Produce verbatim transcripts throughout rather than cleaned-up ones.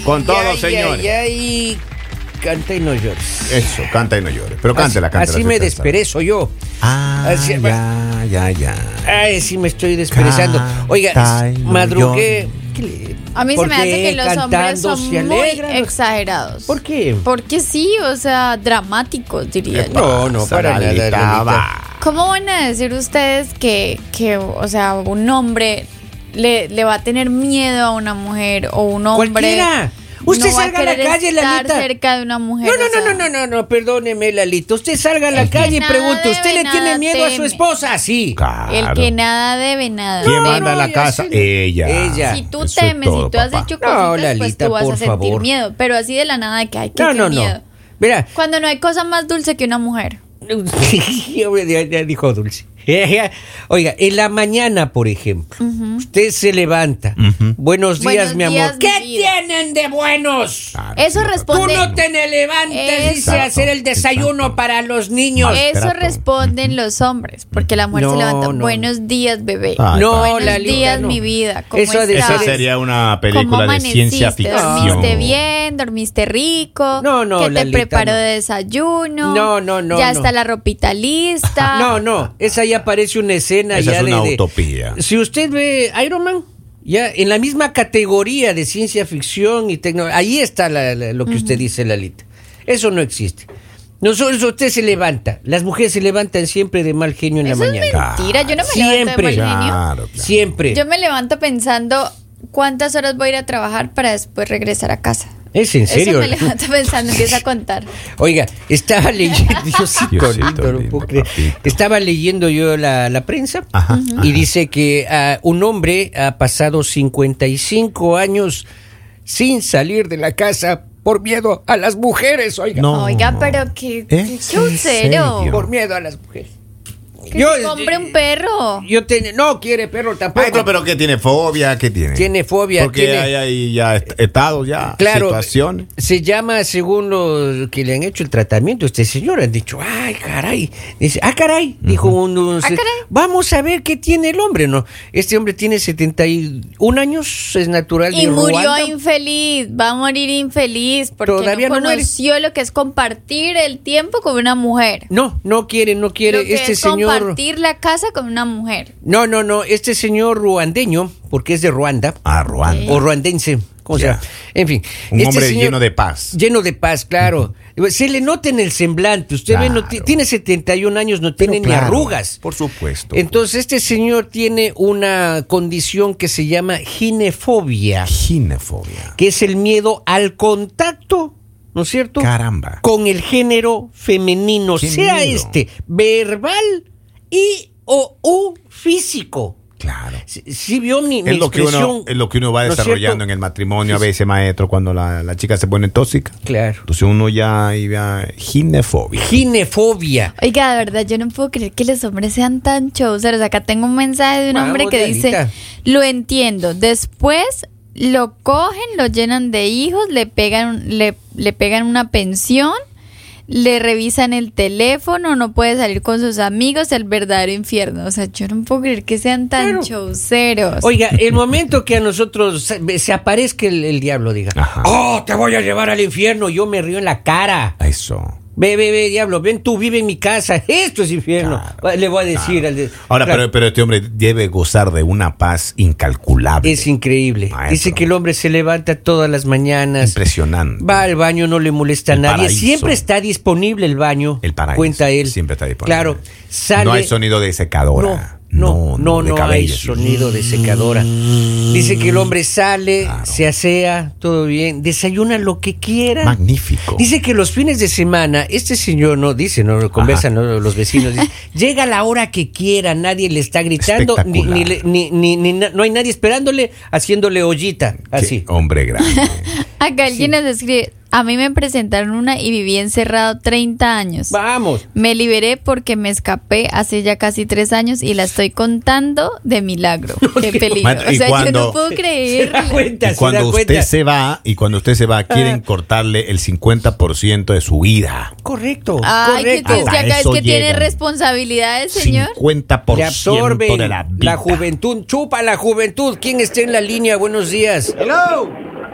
Con todo, ay, señores. Ay, ay, canta y no llores. Eso, canta y no llores. Pero cántela, cántela. Así me desperezo yo. Ah, Así- ya, ya, ya. Ay, sí me estoy desperezando. Oiga, Canta y no madrugué. ¿Qué le- A mí se ¿Por me hace qué que los hombres cantando son se muy alegran? exagerados. ¿Por qué? Porque sí, o sea, dramáticos, diría yo. No, no, para nada, Lalita, Lalita. va. ¿Cómo van a decir ustedes que, que o sea, un hombre le, le va a tener miedo a una mujer o un hombre Cualquiera. Usted no va salga a la querer calle, estar Lalita. cerca de una mujer? No, o no, sea, no, no, no, no, no, perdóneme, Lalita. Usted salga a la El que calle y nada pregunte, ¿usted debe, le tiene nada miedo a su teme. esposa? Sí. Claro. El que nada debe, nada ¿Quién teme. manda a la ya casa? sé. Ella. Ella. Si tú Eso es temes, todo, si tú has papá. hecho No, cositas, pues Lalita, tú vas a por sentir favor. miedo. Pero así de la nada que hay que No, qué no, no. miedo. Verá. Cuando no hay cosa más dulce que una mujer. Hombre, ya, ya dijo Dulce. Oiga, en la mañana, por ejemplo, usted se levanta. Ujú. Buenos días, Buenos mi amor. días, mi ¿Qué vida. tienen de buenos? Claro, Eso sí, responde- Tú no te le levantas, dice, Exacto, a hacer el desayuno exacto. para los niños. Mal Eso trato. responden los hombres, porque la mujer No, se levanta. no. Buenos días, bebé. Ay, No, Buenos Lalita, días, no. mi vida. ¿Cómo Eso ha de estás? Esa sería una ¿Cómo película de amaneciste? ciencia ficción. ¿Dormiste bien? ¿Dormiste rico? No, no, ¿Qué te Lalita, preparó no. de desayuno? No, no, no, ¿Ya no. está la ropita lista? No, no, esa ya parece una escena Esa ya es una de, de- utopía. Si usted ve Iron Man, ya en la misma categoría de ciencia ficción y tecnología, ahí está la- la- lo que usted dice, Lalita. Eso no existe. Nosotros, usted se levanta, las mujeres se levantan siempre de mal genio en Eso la es mañana. mentira. Yo no me levanto Siempre. de mal genio. Claro, claro. Siempre. Yo me levanto pensando cuántas horas voy a ir a trabajar para después regresar a casa. ¿Es en serio? Eso me levanto pensando, empiezo a contar. Oiga, estaba leyendo, Diosito, Diosito lindo, no lindo, puedo creer. papito. Estaba leyendo yo la, la prensa Ajá, y ajá. dice que ah, un hombre ha pasado cincuenta y cinco años sin salir de la casa por miedo a las mujeres, oiga. No. Oiga, pero que, ¿Es que en chaucero. serio? Por miedo a las mujeres. Que se compre un perro. Yo ten- no quiere perro tampoco. Maestro, pero ¿qué tiene? ¿Fobia? ¿Qué tiene? Tiene fobia. Porque tiene- hay ahí ya est- estados, ya Claro, situaciones. se llama, según los que le han hecho el tratamiento, este señor, han dicho, ay, caray. Dice, ah, caray, dijo un, un- Ah, caray. vamos a ver qué tiene el hombre, ¿no? Este hombre tiene setenta y un años, es natural de Y murió Ruanda. infeliz, va a morir infeliz porque Todavía no no muere. conoció lo que es compartir el tiempo con una mujer. No, no quiere, no quiere. Lo que Este es señor. compartir la casa con una mujer. No, no, no. Este señor ruandeño, porque es de Ruanda, Ah, Ruanda. o ruandense, ¿cómo se Ya. llama? En fin. Un este hombre señor- lleno de paz. Lleno de paz, claro. Se le nota en el semblante. Usted ve, no ti- Claro. tiene setenta y un años, no Pero tiene claro, ni arrugas. Por supuesto. Entonces, este señor tiene una condición que se llama ginefobia, Ginefobia. que es el miedo al contacto, ¿no es cierto? Caramba. Con el género femenino, Qué sea miedo. este verbal y o u físico. Claro. Si, si vio mi, mi Es lo, que expresión, uno, es lo que uno va ¿no es desarrollando cierto? en el matrimonio a veces, maestro, cuando la, la chica se pone tóxica. Claro. Entonces uno ya iba ginefobia. Ginefobia. Oiga, de verdad, yo no puedo creer que los hombres sean tan chauceros. Acá tengo un mensaje de un Vamos, hombre que dice, Lalita. lo entiendo, después lo cogen, lo llenan de hijos, le pegan, le, le pegan una pensión, le revisan el teléfono, no puede salir con sus amigos, el verdadero infierno. O sea, yo no puedo creer que sean tan Claro. chauceros. Oiga, el momento que a nosotros se, se aparezca el, el diablo, diga, Ajá. oh, te voy a llevar al infierno, yo me río en la cara. Eso. Ve, ve, ve, diablo, ven tú, vive en mi casa, esto es infierno. Claro, Le voy a decir claro. al de- Ahora, Claro, pero, pero este hombre debe gozar de una paz incalculable. es increíble. Maestro. Dice que el hombre se levanta todas las mañanas. Impresionante. Va al baño, no le molesta a El nadie. paraíso. Siempre está disponible el baño. El paraíso. Cuenta él. Siempre está disponible. Claro. Sale. No hay sonido de secadora. No, no, no, de no hay cabello, sí. sonido de secadora. Dice que el hombre sale, Claro. se asea, todo bien, desayuna lo que quiera. Magnífico. Dice que los fines de semana, este señor no dice, no conversan ¿no? los vecinos, dice, llega a la hora que quiera, nadie le está gritando, ni, ni, le- ni, ni- ni na- no hay nadie esperándole, haciéndole ollita, Qué así. hombre grande. Acá alguien nos escribe, a mí me presentaron una y viví encerrado treinta años. Vamos. Me liberé porque me escapé hace ya casi tres años y la estoy contando de milagro. Qué peligro. Maestro, O y sea, yo cuando- no puedo Se creer. da cuenta, Y se cuando da usted cuenta. se va, y cuando usted se va, quieren cortarle el cincuenta por ciento de su vida. Correcto, Ay, que, correcto. es que Hasta acá es eso que tiene llegan. responsabilidades, señor. cincuenta por Le ciento absorben de la vida. la juventud, chupa la juventud. ¿Quién está en la línea? Buenos días. Hello.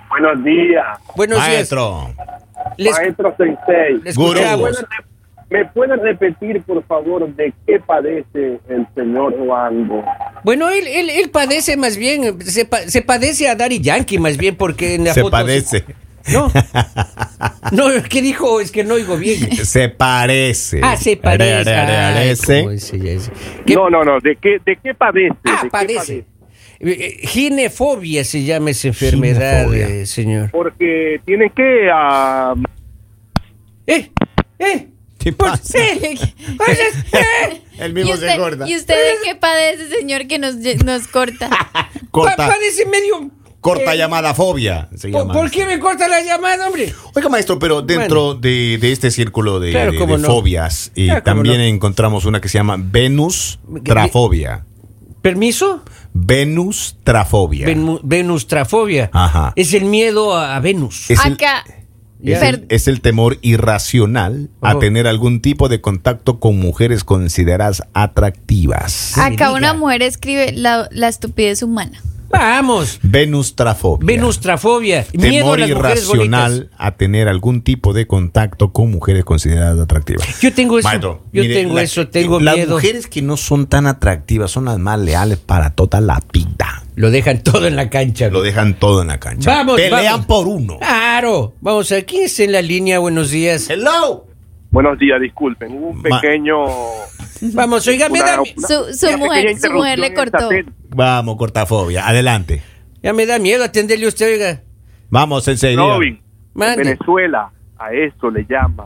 Buenos días, Buenos Maestro. días. Les, maestro Sensei. les Gurú. escuchamos. ¿Me puede repetir, por favor, de qué padece el señor Juango? Bueno, él, él, él padece más bien, se, pa- se padece a Daddy Yankee más bien porque en la Se foto... padece. No, no, ¿qué dijo? Es que no oigo bien. Se parece. Ah, se parece. Ay, Parece. ¿cómo es ella? Es- ¿Qué- No, no, no, ¿de qué, de qué padece? Ah, ¿De qué padece. Eh, eh, Ginefobia se llama esa enfermedad, Ginefobia. eh, señor. Porque tiene que... ah, ¿Eh? ¿Eh? ¿Qué Pues, pasa? eh, pues, eh, El ¿Y mismo usted, se corta. ¿Y usted de qué padece, señor, que nos, nos corta? pa- Corta, padece medio... corta eh, llamada fobia. Se ¿por, llama. por qué me corta la llamada, hombre? Oiga, maestro, pero dentro de, de este círculo de, Claro, de- cómo de no. fobias, y Claro, cómo también no. encontramos una que se llama Venus trafobia. ¿Permiso? Venus trafobia. Venu- Venustrafobia. Ajá. Es el miedo a, a Venus. Es el- Acá. Es Per- el, es el temor irracional a Oh. tener algún tipo de contacto con mujeres consideradas atractivas. me Acá diga. una mujer escribe la, la estupidez humana. Vamos. Venus trafobia. Venustrafobia. Miedo a Temor las mujeres bonitas. irracional a tener algún tipo de contacto con mujeres consideradas atractivas. Yo tengo eso. Maestro, yo mire, tengo la- eso, tengo las miedo. mujeres que no son tan atractivas son las más leales para toda la vida. Lo dejan todo en la cancha. Lo dejan todo en la cancha. Vamos, Pelean vamos. por uno. Claro. Vamos a ver, ¿quién está en la línea? Buenos días. Hello. buenos días, disculpen. Hubo un Ma- pequeño... Vamos, oiga, me una- da, una- Su, su una mujer, pequeña su mujer le interrupción en cortó. satélite. Vamos, cortafobia. Adelante. ya me da miedo atenderle a usted, oiga. Vamos, Sensei. dígame. Robin, en Mande. Venezuela a eso le llaman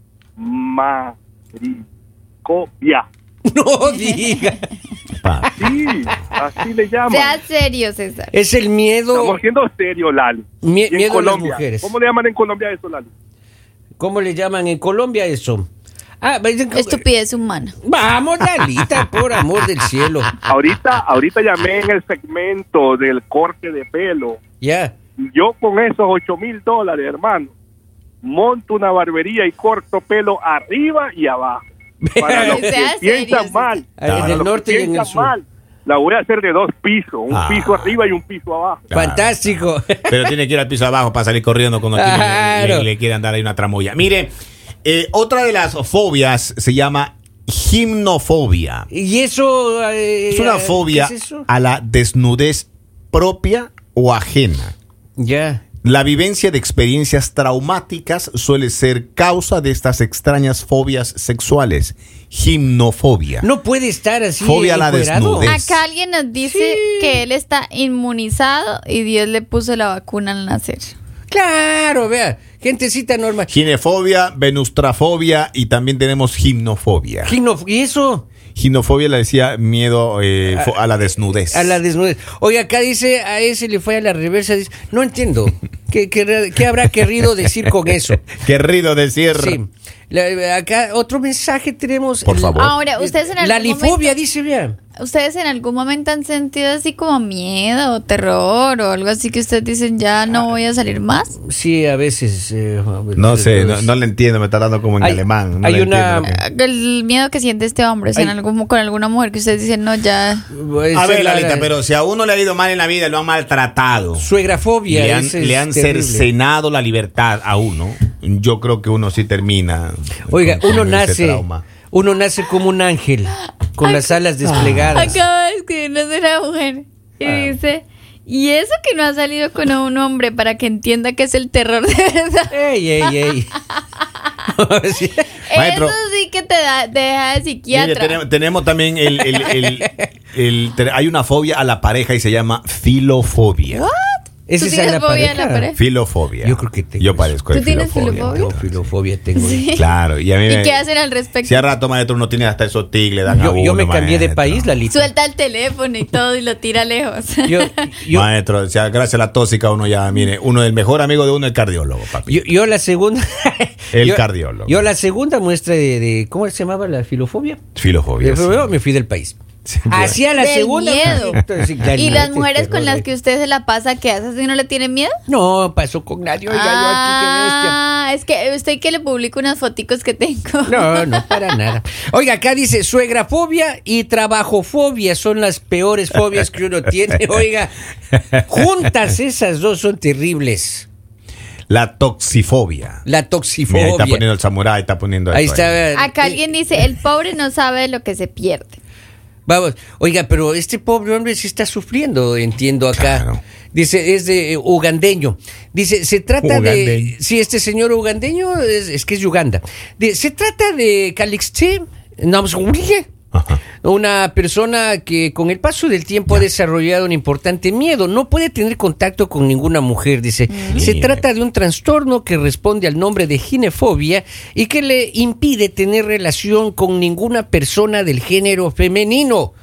maricopia. No diga. Pa. Sí, así le llaman. Sea serio, César. Es el miedo. Estamos siendo serios, Lali. Mie- Y en miedo a las Colombia, mujeres. ¿cómo le llaman en Colombia eso, Lali? ¿Cómo le llaman en Colombia eso? Ah, va- Estupidez humana. Vamos, Lalita, por amor del cielo. Ahorita, ahorita llamé en el segmento del corte de pelo. Ya. Yo con esos ocho mil dólares, hermano, monto una barbería y corto pelo arriba y abajo. Para los que Sea piensan serio, mal, Ah, en para el los norte que y en el piensan sur. mal, la voy a hacer de dos pisos, un Ah. piso arriba y un piso abajo. Claro. Fantástico. Pero tiene que ir al piso abajo para salir corriendo cuando quiere- Claro. le, le quieran dar ahí una tramoya. Mire, eh, otra de las fobias se llama gimnofobia. Y eso. eh, Es una eh, fobia ¿qué es eso? a la desnudez propia o ajena. Ya. La vivencia de experiencias traumáticas suele ser causa de estas extrañas fobias sexuales. Gimnofobia. No puede estar así. Fobia a la encuerado. desnudez. Acá alguien nos dice que él está inmunizado y Dios le puso la vacuna al nacer. Claro, vea. Gentecita normal. Ginefobia, venustrafobia y también tenemos gimnofobia. Gino- ¿Y eso? Ginofobia le decía miedo eh, fo- a la desnudez. A la desnudez. Oye, acá dice, a ese le fue a la reversa. Dice, no entiendo. ¿Qué, qué, qué habrá querido decir con eso? Querrido decir. Sí. La- acá otro mensaje tenemos. Por El- favor. Ahora, ustedes en La algún lifobia, momento, dice, vea. ¿ustedes en algún momento han sentido así como miedo o terror o algo así que ustedes dicen ya no voy a salir más? Sí, a veces. eh, No sé, no, no le entiendo, me está hablando como en Hay- alemán. No hay le una- entiendo lo que- El miedo que siente este hombre, o sea, en Ay. algún, con alguna mujer que ustedes dicen no, ya... Pues, A ver, la- Lalita, pero si a uno le ha ido mal en la vida, lo han maltratado. Suegrafobia. Le han, ese es le han terrible. cercenado la libertad a uno. Yo creo que uno sí termina. Oiga, con- uno con ese nace. trauma. Uno nace como un ángel. Con las alas desplegadas. Acaba de escribirnos una mujer y Ah. dice, y eso que no ha salido con un hombre para que entienda que es el terror de verdad. Ey, ey, ey. Sí. Maestro. Eso sí que te da, te deja de Mire, psiquiatra. tenemos, tenemos también el, el- el- el- te- hay una fobia a la pareja y se llama filofobia. ¿Esa ¿Tú es tienes la fobia a la pareja? pareja? Filofobia. Yo creo que tengo Yo eso. parezco de ¿Tú tienes filofobia. filofobia? Yo filofobia tengo. Sí. Claro, y a mí ¿Y me- qué hacen al respecto? Si a rato, maestro, uno tiene hasta esos tigres, dan a Yo, yo uno, me cambié de maestro. país, Lalita. Suelta el teléfono y todo y lo tira lejos. Yo, yo, Maestro, o sea, gracias a la tóxica uno ya, mire, uno el mejor amigo de uno es el cardiólogo, papi. yo, yo la segunda. El yo- cardiólogo. Yo la segunda muestra de, de- ¿cómo se llamaba la filofobia? Filofobia. De sí. filofobia, me fui del país. Sí, bueno. Hacia la Del segunda. miedo. Sí, la ¿Y neta, las mujeres con terror, las eh. que usted se la pasa, qué hace? ¿Si no le tiene miedo? No, pasó con nadie. Oiga, yo aquí, qué bestia. Ah, Ah, es que usted que le publico unas foticos que tengo. No, no, para nada. Oiga, acá dice suegrafobia y trabajofobia son las peores fobias que uno tiene. Oiga, juntas esas dos son terribles. La toxifobia. La Mira, ahí toxifobia. está poniendo el samurái, está poniendo Ahí esto está. Acá alguien dice, el pobre no sabe lo que se pierde. Vamos, oiga, pero este pobre hombre sí está sufriendo, entiendo acá. Claro. Dice, es de eh, ugandeño. Dice, se trata Ugandeño. de... Sí, este señor ugandeño es, es que es de Uganda. De- se trata de Calixte Namswille, Ajá. una persona que con el paso del tiempo ha desarrollado un importante miedo. No puede tener contacto con ninguna mujer, dice. Se Mire. trata de un trastorno que responde al nombre de ginefobia y que le impide tener relación con ninguna persona del género femenino.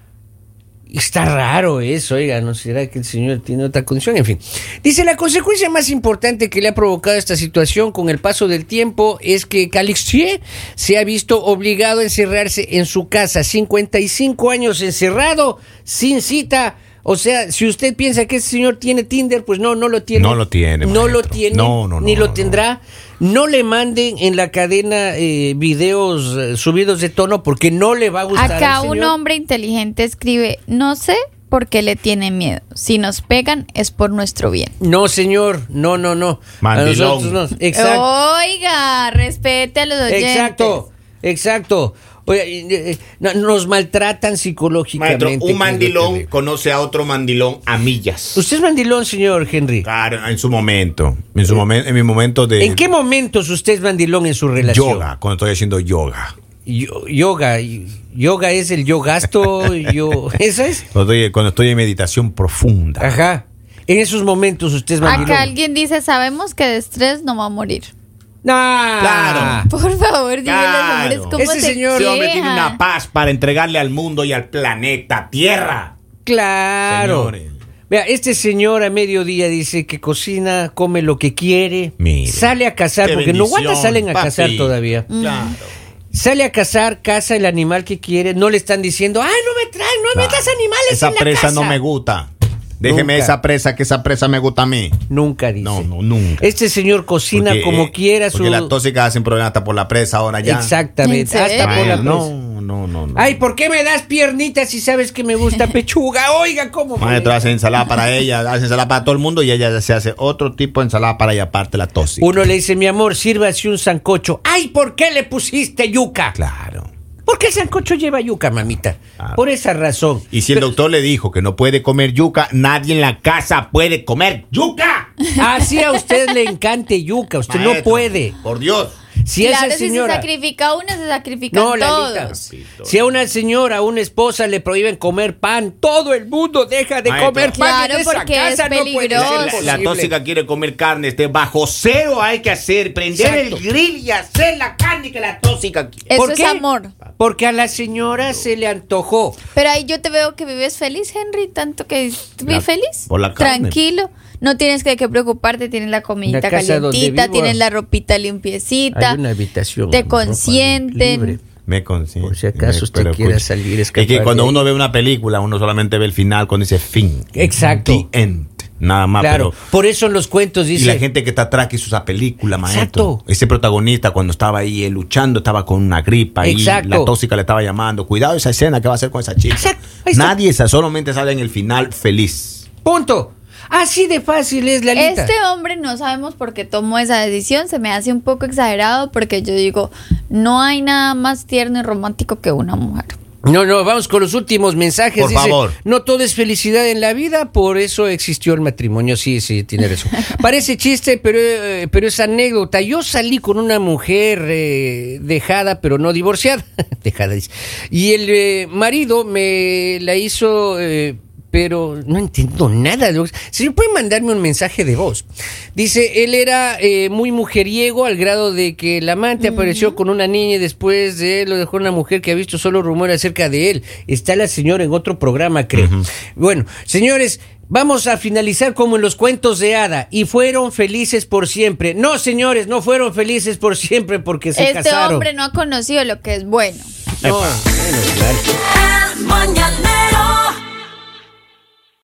Está raro eso, oiga, ¿no será que el señor tiene otra condición? En fin, dice, la consecuencia más importante que le ha provocado esta situación con el paso del tiempo es que Calixte se ha visto obligado a encerrarse en su casa, cincuenta y cinco años encerrado, sin cita. O sea, si usted piensa que ese señor tiene Tinder, pues no, no lo tiene. No lo tiene, No lo maestro. tiene, No, no, no, ni lo no, tendrá. No le manden en la cadena eh, videos eh, subidos de tono porque no le va a gustar Acá al un señor. hombre inteligente escribe, no sé por qué le tiene miedo. Si nos pegan es por nuestro bien. No, señor, no, no, no. Mandilón. A nosotros no. Exacto, Oiga, respete a los oyentes. exacto, exacto. Oye, eh, eh, no- nos maltratan psicológicamente. Maestro, que es un lo mandilón terrible. conoce a otro mandilón a millas. Usted es mandilón, señor Henry. Claro, en su momento. En su momento, en mi momento de ¿En qué momentos usted es mandilón en su relación? yoga, cuando estoy haciendo yoga. Yo- yoga. Yoga es el yo gasto, yo... ¿Eso es? Cuando estoy, cuando estoy en meditación profunda. Ajá. En esos momentos usted es mandilón. Acá alguien dice, sabemos que de estrés no va a morir. Nah. Claro. Por favor, díganle a los hombres Claro. cómo Ese se señor- Ese hombre tiene quejan. una paz para entregarle al mundo y al planeta Tierra. Claro. Señores. Vea, este señor a mediodía dice que cocina, come lo que quiere, Mire. sale a cazar, Qué porque en Uganda bendición, salen a papi. cazar todavía. Claro. Sale a cazar, caza el animal que quiere, no le están diciendo, ¡ay, no me traen, no me metas animales Esa en la presa casa! no me gusta. Déjeme Nunca. esa presa, que esa presa me gusta a mí. Nunca dice. No, no, nunca. Este señor cocina Porque, como eh, quiera su... Porque las tóxicas hacen problemas hasta por la presa ahora ya. Exactamente, ¿En hasta serio? por la Bueno, presa. no, no, no, no. Ay, ¿por qué me das piernitas si sabes que me gusta pechuga? Oiga, ¿cómo? me- Maestro, hace ensalada para ella, hace ensalada para todo el mundo y ella se hace otro tipo de ensalada para ella, aparte la tóxica. Uno le dice, mi amor, sírvase un sancocho. Ay, ¿por qué le pusiste yuca? Claro. ¿Por qué el sancocho lleva yuca, mamita? Claro. Por esa razón. Y si el doctor le dijo que no puede comer yuca, nadie en la casa puede comer yuca. Así a usted le encante yuca, usted no Maestro, puede. Por Dios. Si Claro, esa si se señora... sacrifica uno, se sacrifican No, Lalita. todos. Si a una señora, a una esposa le prohíben comer pan, todo el mundo deja de Maestro. comer pan Claro, en esa porque casa. es No puede ser peligroso. La, la posible. tóxica quiere comer carne, este bajo cero hay que hacer, prender Exacto. el grill y hacer la carne que la tóxica quiere. Eso ¿Por es qué? amor. Porque a la señora se le antojó. Pero ahí yo te veo que vives feliz, Henry, tanto que La- vives feliz. por la carne. Tranquilo. No tienes que, que preocuparte, tienes la comidita La casa donde calientita, vivo, tienes la ropita limpiecita. Hay una habitación. Te ropa consienten. libre. Me consiente. Por si acaso usted Pero quiera escuche, salir, Es que escapar cuando de ahí. uno ve una película, uno solamente ve el final cuando dice fin. Exacto. The end. Nada más. Claro, Pero, por eso en los cuentos dice... y la gente que está atrás que hizo esa película, maestro. Exacto. Ese protagonista cuando estaba ahí eh, luchando, estaba con una gripa y Exacto. la tóxica le estaba llamando. Cuidado esa escena, ¿qué va a hacer con esa chica? Exacto, ahí está. Nadie sa- solamente sale en el final feliz. Punto. Así de fácil es la lista. Este hombre no sabemos por qué tomó esa decisión, se me hace un poco exagerado porque yo digo, no hay nada más tierno y romántico que una mujer. No, no, vamos con los últimos mensajes. Por Dice, favor. no todo es felicidad en la vida, por eso existió el matrimonio. Sí, sí, tiene razón. Parece chiste, pero, eh, pero es anécdota. Yo salí con una mujer eh, dejada, pero no divorciada. Dejada, dice. Y el eh, marido me la hizo... eh, pero no entiendo nada. Si me pueden mandarme un mensaje de voz. Dice, él era eh, muy mujeriego al grado de que el amante uh-huh. apareció con una niña y después de él lo dejó una mujer que ha visto solo rumores acerca de él. Está la señora en otro programa, creo. Uh-huh. Bueno, señores, vamos a finalizar como en los cuentos de hada. Y fueron felices por siempre. No, señores, no fueron felices por siempre porque se este casaron. Este hombre no ha conocido lo que es bueno. No, bueno, claro.